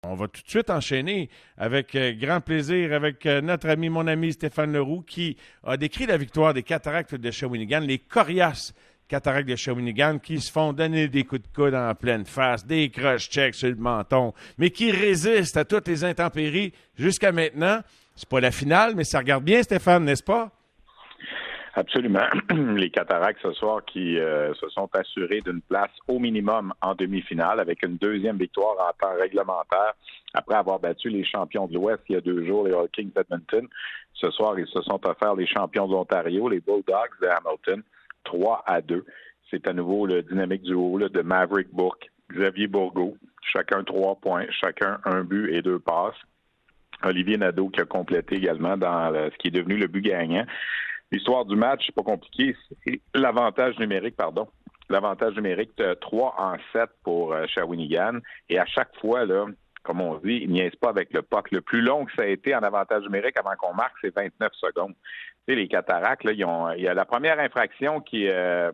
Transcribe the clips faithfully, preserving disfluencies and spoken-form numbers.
On va tout de suite enchaîner avec euh, grand plaisir avec euh, notre ami, mon ami Stéphane Leroux, qui a décrit la victoire des Cataractes de Shawinigan, les coriaces Cataractes de Shawinigan qui se font donner des coups de coude en pleine face, des cross-checks sur le menton, mais qui résistent à toutes les intempéries jusqu'à maintenant. C'est pas la finale, mais ça regarde bien, Stéphane, n'est-ce pas? Absolument. Les Cataractes ce soir qui euh, se sont assurés d'une place au minimum en demi-finale avec une deuxième victoire en temps réglementaire après avoir battu les champions de l'Ouest il y a deux jours, les All Kings d'Edmonton. Ce soir, ils se sont offerts les champions de l'Ontario, les Bulldogs de Hamilton, trois à deux. C'est à nouveau le dynamique duo là, de Maverick Bourque, Xavier Bourgault, chacun trois points, chacun un but et deux passes. Olivier Nadeau qui a complété également dans le, ce qui est devenu le but gagnant. L'histoire du match, c'est pas compliqué. C'est l'avantage numérique, pardon. L'avantage numérique de trois en sept pour euh, Shawinigan. Et à chaque fois, là, comme on dit, ils niaisent pas avec le puck. Le plus long que ça a été en avantage numérique avant qu'on marque, c'est vingt-neuf secondes. Tu sais, les Cataractes, là, ils ont, il y a la première infraction qui euh,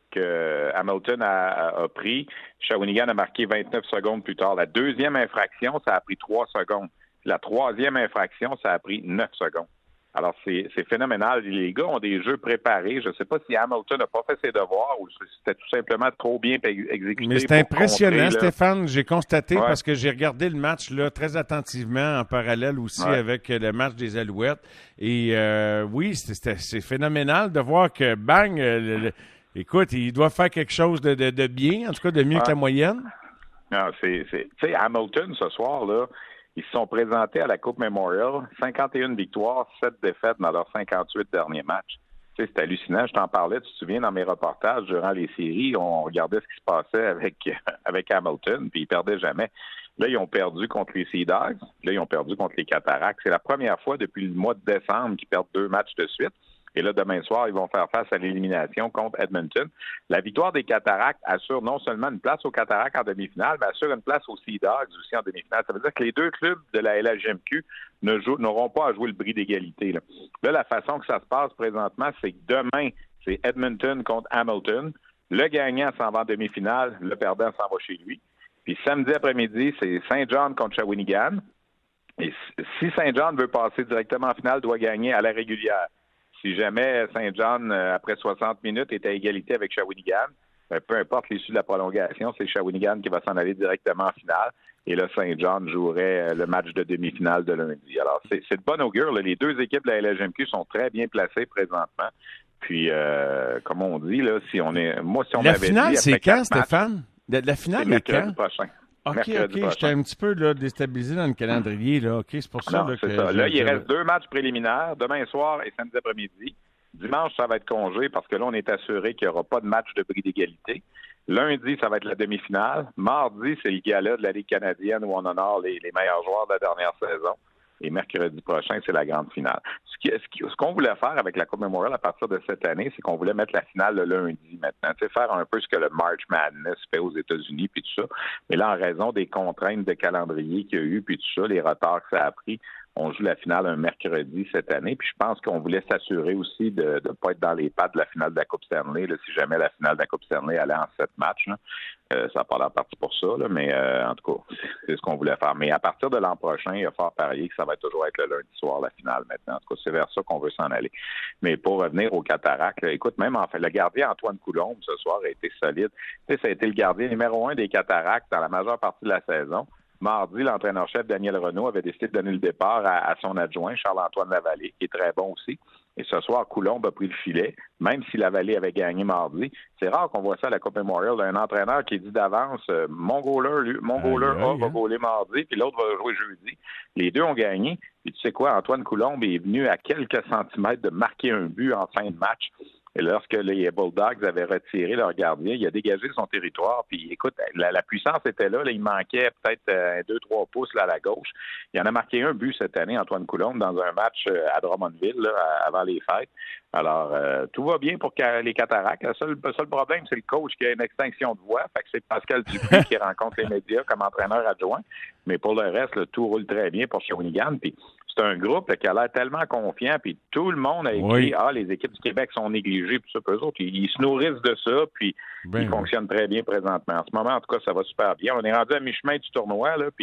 que Hamilton a, a, a pris. Shawinigan a marqué vingt-neuf secondes plus tard. La deuxième infraction, ça a pris trois secondes. La troisième infraction, ça a pris neuf secondes. Alors, c'est, c'est phénoménal. Les gars ont des jeux préparés. Je ne sais pas si Hamilton n'a pas fait ses devoirs ou si c'était tout simplement trop bien exécuté. Mais c'est impressionnant, contrer, Stéphane. J'ai constaté ouais. parce que j'ai regardé le match là très attentivement en parallèle aussi ouais. avec le match des Alouettes. Et euh, oui, c'est, c'est phénoménal de voir que, bang, le, le, écoute, il doit faire quelque chose de, de, de bien, en tout cas de mieux ouais. que la moyenne. Non, c'est... c'est tu sais, Hamilton, ce soir, là, ils se sont présentés à la Coupe Memorial, cinquante et une victoires, sept défaites dans leurs cinquante-huit derniers matchs. Tu sais, c'est hallucinant. Je t'en parlais, tu te souviens, dans mes reportages durant les séries, on regardait ce qui se passait avec, avec Hamilton, puis ils perdaient jamais. Là, ils ont perdu contre les Sea Dogs. Là, ils ont perdu contre les Cataractes. C'est la première fois depuis le mois de décembre qu'ils perdent deux matchs de suite. Et là, demain soir, ils vont faire face à l'élimination contre Edmonton. La victoire des Cataractes assure non seulement une place aux Cataractes en demi-finale, mais assure une place aux Sea Dogs aussi en demi-finale. Ça veut dire que les deux clubs de la L H J M Q ne jouent, n'auront pas à jouer le bris d'égalité. Là. là, la façon que ça se passe présentement, c'est que demain, c'est Edmonton contre Hamilton. Le gagnant s'en va en demi-finale, le perdant s'en va chez lui. Puis samedi après-midi, c'est Saint-John contre Shawinigan. Et si Saint-John veut passer directement en finale, doit gagner à la régulière. Si jamais Saint-John, après soixante minutes, est à égalité avec Shawinigan, peu importe l'issue de la prolongation, c'est Shawinigan qui va s'en aller directement en finale. Et là, Saint-John jouerait le match de demi-finale de lundi. Alors, c'est, c'est de bonne augure. Là. Les deux équipes de la L H J M Q sont très bien placées présentement. Puis, euh, comme on dit, là, si on est... Moi, si on la m'avait finale, dit... c'est quand, Stéphane? La, la finale, c'est est quand? mercredi prochain. OK, mercredi OK. J'étais un petit peu là, déstabilisé dans le calendrier. Là. OK, c'est pour ça non, là, c'est que... ça. Là, je, il je... reste deux matchs préliminaires, demain soir et samedi après-midi. Dimanche, ça va être congé parce que là, on est assuré qu'il n'y aura pas de match de bris d'égalité. Lundi, ça va être la demi-finale. Mardi, c'est le gala de la Ligue canadienne où on honore les, les meilleurs joueurs de la dernière saison. Et mercredi prochain, c'est la grande finale. Ce, qui, ce, qui, ce qu'on voulait faire avec la Coupe Memorial à partir de cette année, c'est qu'on voulait mettre la finale le lundi maintenant. Tu sais, faire un peu ce que le March Madness fait aux États-Unis, puis tout ça. Mais là, en raison des contraintes de calendrier qu'il y a eu, puis tout ça, les retards que ça a pris, on joue la finale un mercredi cette année. Puis je pense qu'on voulait s'assurer aussi de ne pas être dans les pattes de la finale de la Coupe Stanley, là, si jamais la finale de la Coupe Stanley allait en sept matchs. Là. Euh, ça n'a pas l'air parti pour ça, là, mais euh, en tout cas, c'est ce qu'on voulait faire. Mais à partir de l'an prochain, il y a fort parier que ça va toujours être le lundi soir, la finale maintenant. En tout cas, c'est vers ça qu'on veut s'en aller. Mais pour revenir au Cataractes, là, écoute, même en fait, le gardien Antoine Coulombe, ce soir, a été solide. Tu sais, ça a été le gardien numéro un des Cataractes dans la majeure partie de la saison. Mardi, l'entraîneur-chef Daniel Renaud avait décidé de donner le départ à, à son adjoint, Charles-Antoine Lavallée, qui est très bon aussi. Et ce soir, Coulombe a pris le filet, même si Lavallée avait gagné mardi. C'est rare qu'on voit ça à la Coupe Memorial, un entraîneur qui dit d'avance euh, mon goaler, lui, mon goaler A va goaler mardi, puis l'autre va jouer jeudi. Les deux ont gagné. Et tu sais quoi, Antoine Coulombe est venu à quelques centimètres de marquer un but en fin de match. Et lorsque les Bulldogs avaient retiré leur gardien, il a dégagé son territoire. Puis, écoute, la, la puissance était là, là. Il manquait peut-être euh, deux, trois pouces là, à la gauche. Il en a marqué un but cette année, Antoine Coulombe, dans un match euh, à Drummondville, là, avant les fêtes. Alors, euh, tout va bien pour les Cataractes. Le seul, le seul problème, c'est le coach qui a une extinction de voix. Fait que c'est Pascal Dupuis qui rencontre les médias comme entraîneur adjoint. Mais pour le reste, là, tout roule très bien pour Shawinigan. Puis, c'est un groupe là, qui a l'air tellement confiant, puis tout le monde a écrit oui. « Ah, les équipes du Québec sont négligées », puis ça, puis eux autres, ils, ils se nourrissent de ça, puis ben, ils oui. fonctionnent très bien présentement. En ce moment, en tout cas, ça va super bien. On est rendu à mi-chemin du tournoi, là, puis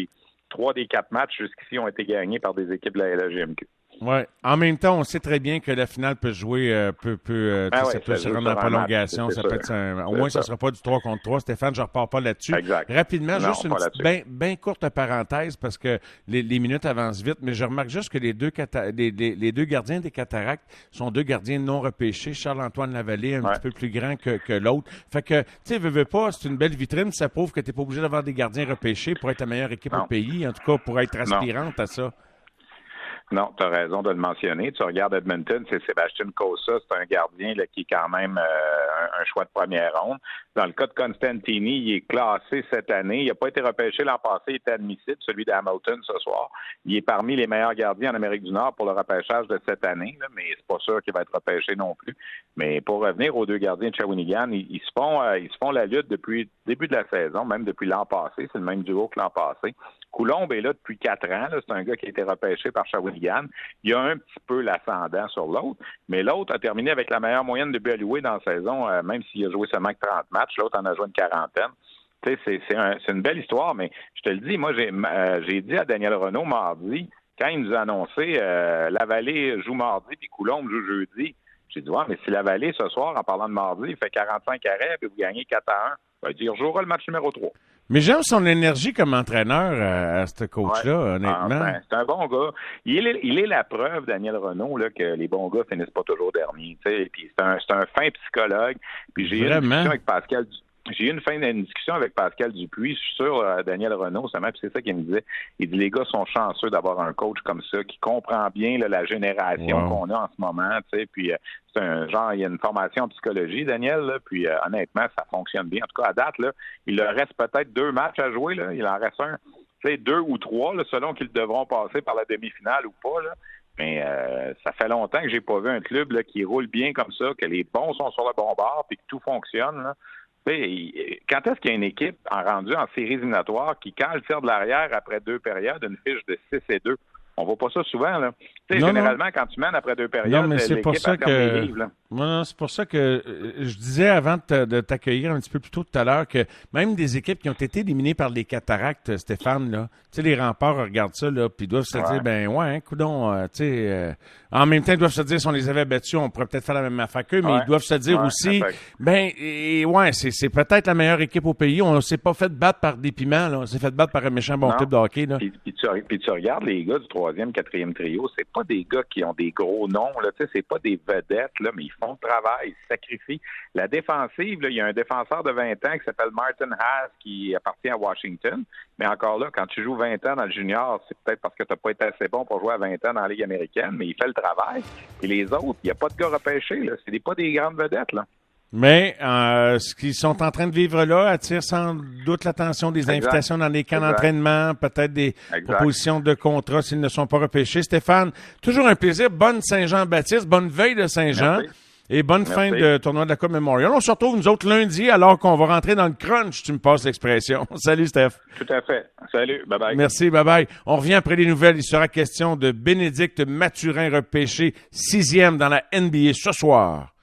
trois des quatre matchs jusqu'ici ont été gagnés par des équipes de la L A G M Q. Oui. En même temps, on sait très bien que la finale peut jouer, euh, peut, peut, euh, ah ça ouais, peut ça se joue rendre en sur un prolongation. match, Ça c'est peut sûr. être un- au C'est moins, ça ne ça. sera pas du trois contre trois. Stéphane, je ne repars pas là-dessus. Exact. Rapidement, Non, juste une pas petite là-dessus. bien ben courte parenthèse parce que les, les minutes avancent vite, mais je remarque juste que les deux, cata- les, les, les deux gardiens des Cataractes sont deux gardiens non repêchés. Charles-Antoine Lavallée, un Ouais. petit peu plus grand que, que l'autre. Fait que, tu sais, veux, veux pas, c'est une belle vitrine. Ça prouve que tu n'es pas obligé d'avoir des gardiens repêchés pour être la meilleure équipe Non. au pays, en tout cas pour être aspirante à ça. Non, tu as raison de le mentionner. Tu regardes Edmonton, c'est Sébastien Cossa, c'est un gardien là, qui est quand même euh, un, un choix de première ronde. Dans le cas de Constantini, il est classé cette année. Il n'a pas été repêché l'an passé, il était admissible, celui d'Hamilton ce soir. Il est parmi les meilleurs gardiens en Amérique du Nord pour le repêchage de cette année, là, mais c'est pas sûr qu'il va être repêché non plus. Mais pour revenir aux deux gardiens de Shawinigan, ils, ils se font euh, ils se font la lutte depuis le début de la saison, même depuis l'an passé. C'est le même duo que l'an passé. Coulombe est là depuis quatre ans. Là. C'est un gars qui a été repêché par Shawinigan. Il a un petit peu l'ascendant sur l'autre, mais l'autre a terminé avec la meilleure moyenne de buts alloués dans la saison, euh, même s'il a joué seulement que trente matchs. L'autre en a joué une quarantaine. Tu sais, c'est, c'est, un, c'est une belle histoire, mais je te le dis, moi, j'ai, euh, j'ai dit à Daniel Renaud mardi, quand il nous a annoncé euh, Lavallée joue mardi puis Coulombe joue jeudi, j'ai dit, ouais, mais si Lavallée, ce soir, en parlant de mardi, il fait quarante-cinq arrêts puis vous gagnez quatre à un, ben, il rejouera le match numéro trois. Mais j'aime son énergie comme entraîneur à, à ce coach-là, ouais. honnêtement. Enfin, c'est un bon gars. Il est, il est la preuve, Daniel Renaud, là, que les bons gars finissent pas toujours derniers. Puis c'est un, c'est un fin psychologue. Puis j'ai eu une discussion avec Pascal. J'ai eu une fin d'une discussion avec Pascal Dupuis. Je suis sûr, euh, Daniel Renaud, c'est même c'est ça qu'il me disait. Il dit les gars sont chanceux d'avoir un coach comme ça qui comprend bien là, la génération wow. qu'on a en ce moment. Puis euh, c'est un genre, il y a une formation en psychologie, Daniel. Là, puis euh, honnêtement, ça fonctionne bien. En tout cas, à date, là, il leur reste peut-être deux matchs à jouer. Là. Il en reste un, deux ou trois, là, selon qu'ils devront passer par la demi-finale ou pas. Là. Mais euh, ça fait longtemps que j'ai pas vu un club là, qui roule bien comme ça, que les bons sont sur le bon bord, puis que tout fonctionne. Là. Quand est-ce qu'il y a une équipe en rendu en séries éliminatoires qui, quand elle tire de l'arrière après deux périodes, une fiche de six et deux? On voit pas ça souvent, là. Tu sais, généralement, non. quand tu mènes après deux périodes, non, mais c'est pour ça que... livres, là. Non, c'est pour ça que euh, je disais avant de, de t'accueillir un petit peu plus tôt tout à l'heure que même des équipes qui ont été éliminées par les Cataractes, Stéphane, là, tu sais, les remparts regardent ça, là, puis doivent se ouais. dire, ben ouais, hein, coudonc, euh, tu sais, euh, en même temps, ils doivent se dire, si on les avait battus, on pourrait peut-être faire la même affaire qu'eux, mais ouais. ils doivent se dire ouais, aussi, ben, et, ouais, c'est, c'est peut-être la meilleure équipe au pays, on s'est pas fait battre par des piments, là, on s'est fait battre par un méchant bon non. club de hockey, là. Puis, puis, tu, puis tu regardes les gars du troisième, quatrième trio, c'est pas des gars qui ont des gros noms, là, tu sais, c'est pas des vedettes, là, mais ils font le travail, ils se sacrifient. La défensive, là, il y a un défenseur de vingt ans qui s'appelle Martin Haas qui appartient à Washington, mais encore là, quand tu joues vingt ans dans le junior, c'est peut-être parce que tu n'as pas été assez bon pour jouer à vingt ans dans la Ligue américaine, mais il fait le travail. Et les autres, il n'y a pas de gars repêchés, là, c'est des, pas des grandes vedettes, là. Mais euh, ce qu'ils sont en train de vivre là attire sans doute l'attention des exact. invitations dans les camps exact. d'entraînement, peut-être des exact. propositions de contrat s'ils ne sont pas repêchés. Stéphane, toujours un plaisir. Bonne Saint-Jean-Baptiste, bonne veille de Saint-Jean. Merci. Et bonne Merci. fin de tournoi de la Coupe Memorial. On se retrouve, nous autres, lundi, alors qu'on va rentrer dans le crunch, tu me passes l'expression. Salut, Steph. Tout à fait. Salut. Bye-bye. Merci, bye-bye. On revient après les nouvelles. Il sera question de Bénédicte Mathurin repêché sixième dans la N B A ce soir.